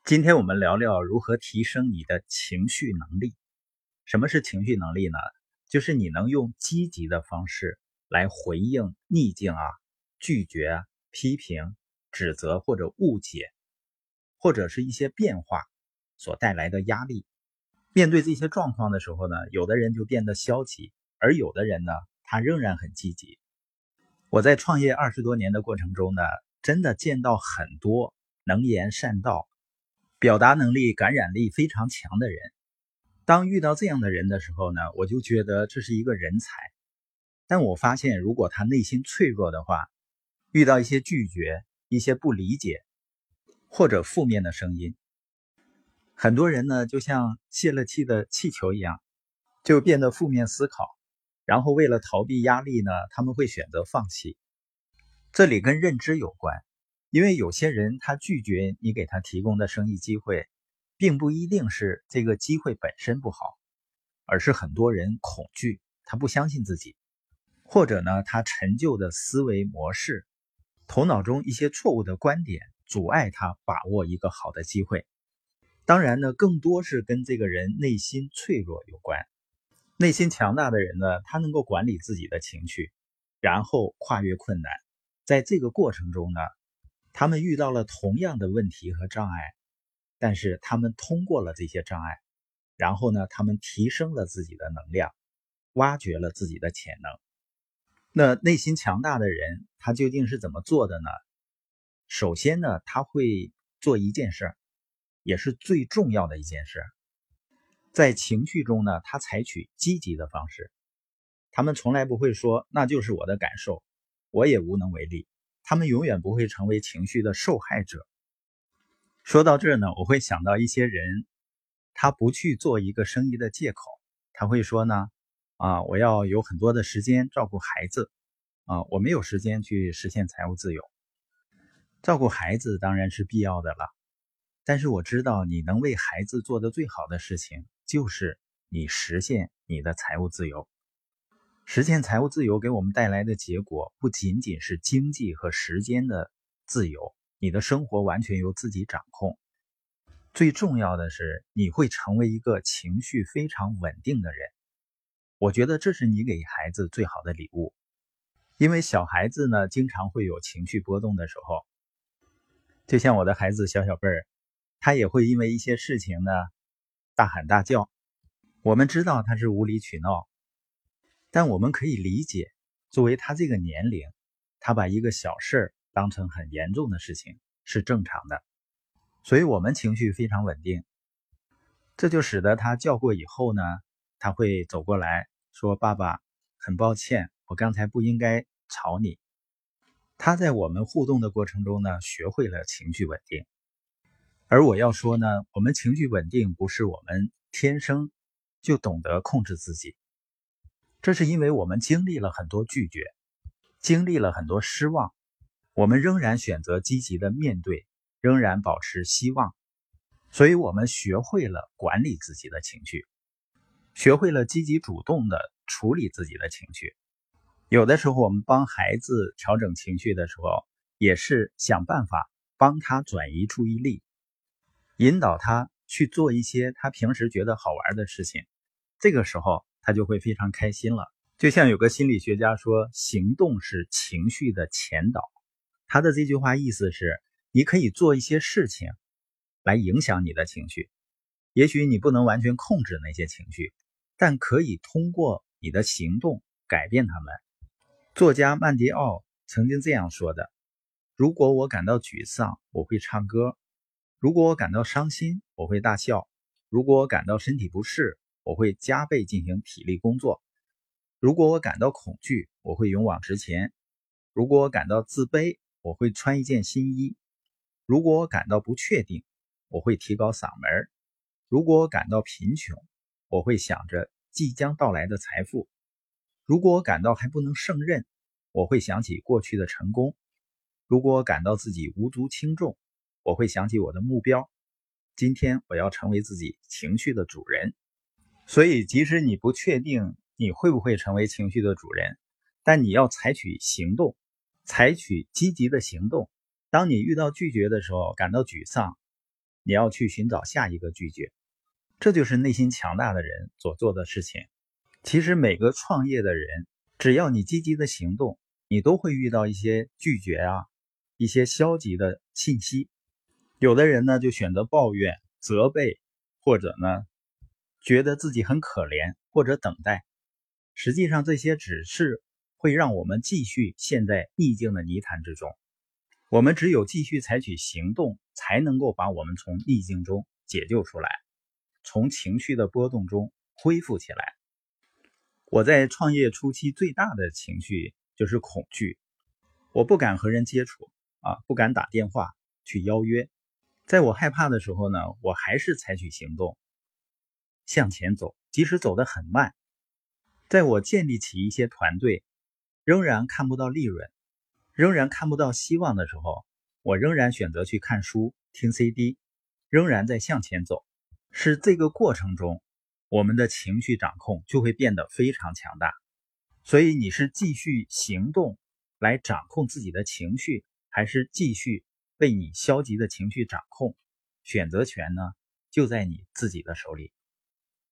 今天我们聊聊如何提升你的情绪能力。什么是情绪能力呢？就是你能用积极的方式来回应逆境拒绝批评、指责或者误解，或者是一些变化所带来的压力。面对这些状况的时候呢，有的人就变得消极，而有的人呢，他仍然很积极。我在创业20多年的过程中呢，真的见到很多能言善道、表达能力、感染力非常强的人。当遇到这样的人的时候呢，我就觉得这是一个人才。但我发现，如果他内心脆弱的话，遇到一些拒绝、一些不理解或者负面的声音，很多人呢就像泄了气的气球一样，就变得负面思考，然后为了逃避压力呢，他们会选择放弃。这里跟认知有关，因为有些人他拒绝你给他提供的生意机会，并不一定是这个机会本身不好，而是很多人恐惧，他不相信自己，或者呢，他陈旧的思维模式，头脑中一些错误的观点，阻碍他把握一个好的机会。当然呢，更多是跟这个人内心脆弱有关。内心强大的人呢，他能够管理自己的情绪，然后跨越困难。在这个过程中呢，他们遇到了同样的问题和障碍，但是他们通过了这些障碍，然后呢，他们提升了自己的能量，挖掘了自己的潜能。那内心强大的人，他究竟是怎么做的呢？首先呢，他会做一件事，也是最重要的一件事。在情绪中呢，他采取积极的方式。他们从来不会说那就是我的感受，我也无能为力。他们永远不会成为情绪的受害者。说到这儿呢，我会想到一些人，他不去做一个生意的借口。他会说呢，我要有很多的时间照顾孩子，我没有时间去实现财务自由。照顾孩子当然是必要的了，但是我知道你能为孩子做的最好的事情，就是你实现你的财务自由。实现财务自由给我们带来的结果，不仅仅是经济和时间的自由，你的生活完全由自己掌控。最重要的是，你会成为一个情绪非常稳定的人。我觉得这是你给孩子最好的礼物。因为小孩子呢，经常会有情绪波动的时候，就像我的孩子小贝儿，他也会因为一些事情呢大喊大叫。我们知道他是无理取闹，但我们可以理解，作为他这个年龄，他把一个小事当成很严重的事情是正常的。所以我们情绪非常稳定，这就使得他叫过以后呢，他会走过来说，爸爸，很抱歉，我刚才不应该吵你。他在我们互动的过程中呢，学会了情绪稳定。而我要说呢，我们情绪稳定不是我们天生就懂得控制自己，这是因为我们经历了很多拒绝，经历了很多失望，我们仍然选择积极的面对，仍然保持希望。所以我们学会了管理自己的情绪，学会了积极主动的处理自己的情绪。有的时候我们帮孩子调整情绪的时候，也是想办法帮他转移注意力，引导他去做一些他平时觉得好玩的事情，这个时候他就会非常开心了。就像有个心理学家说，行动是情绪的前导。他的这句话意思是，你可以做一些事情来影响你的情绪，也许你不能完全控制那些情绪，但可以通过你的行动改变它们。作家曼迪奥曾经这样说的，如果我感到沮丧，我会唱歌；如果我感到伤心，我会大笑；如果我感到身体不适，我会加倍进行体力工作；如果我感到恐惧，我会勇往直前；如果我感到自卑，我会穿一件新衣；如果我感到不确定，我会提高嗓门；如果我感到贫穷，我会想着即将到来的财富；如果我感到还不能胜任，我会想起过去的成功；如果我感到自己无足轻重，我会想起我的目标。今天我要成为自己情绪的主人。所以即使你不确定你会不会成为情绪的主人，但你要采取行动，采取积极的行动。当你遇到拒绝的时候，感到沮丧， 你要去寻找下一个拒绝。这就是内心强大的人所做的事情。其实每个创业的人，只要你积极的行动，你都会遇到一些拒绝啊，一些消极的信息。有的人呢就选择抱怨、责备，或者呢觉得自己很可怜，或者等待。实际上这些只是会让我们继续陷在逆境的泥潭之中。我们只有继续采取行动，才能够把我们从逆境中解救出来，从情绪的波动中恢复起来。我在创业初期最大的情绪就是恐惧，我不敢和人接触不敢打电话去邀约。在我害怕的时候呢，我还是采取行动，向前走，即使走得很慢。在我建立起一些团队，仍然看不到利润，仍然看不到希望的时候，我仍然选择去看书、听 CD， 仍然在向前走。是这个过程中，我们的情绪掌控就会变得非常强大。所以你是继续行动来掌控自己的情绪，还是继续被你消极的情绪掌控？选择权呢，就在你自己的手里。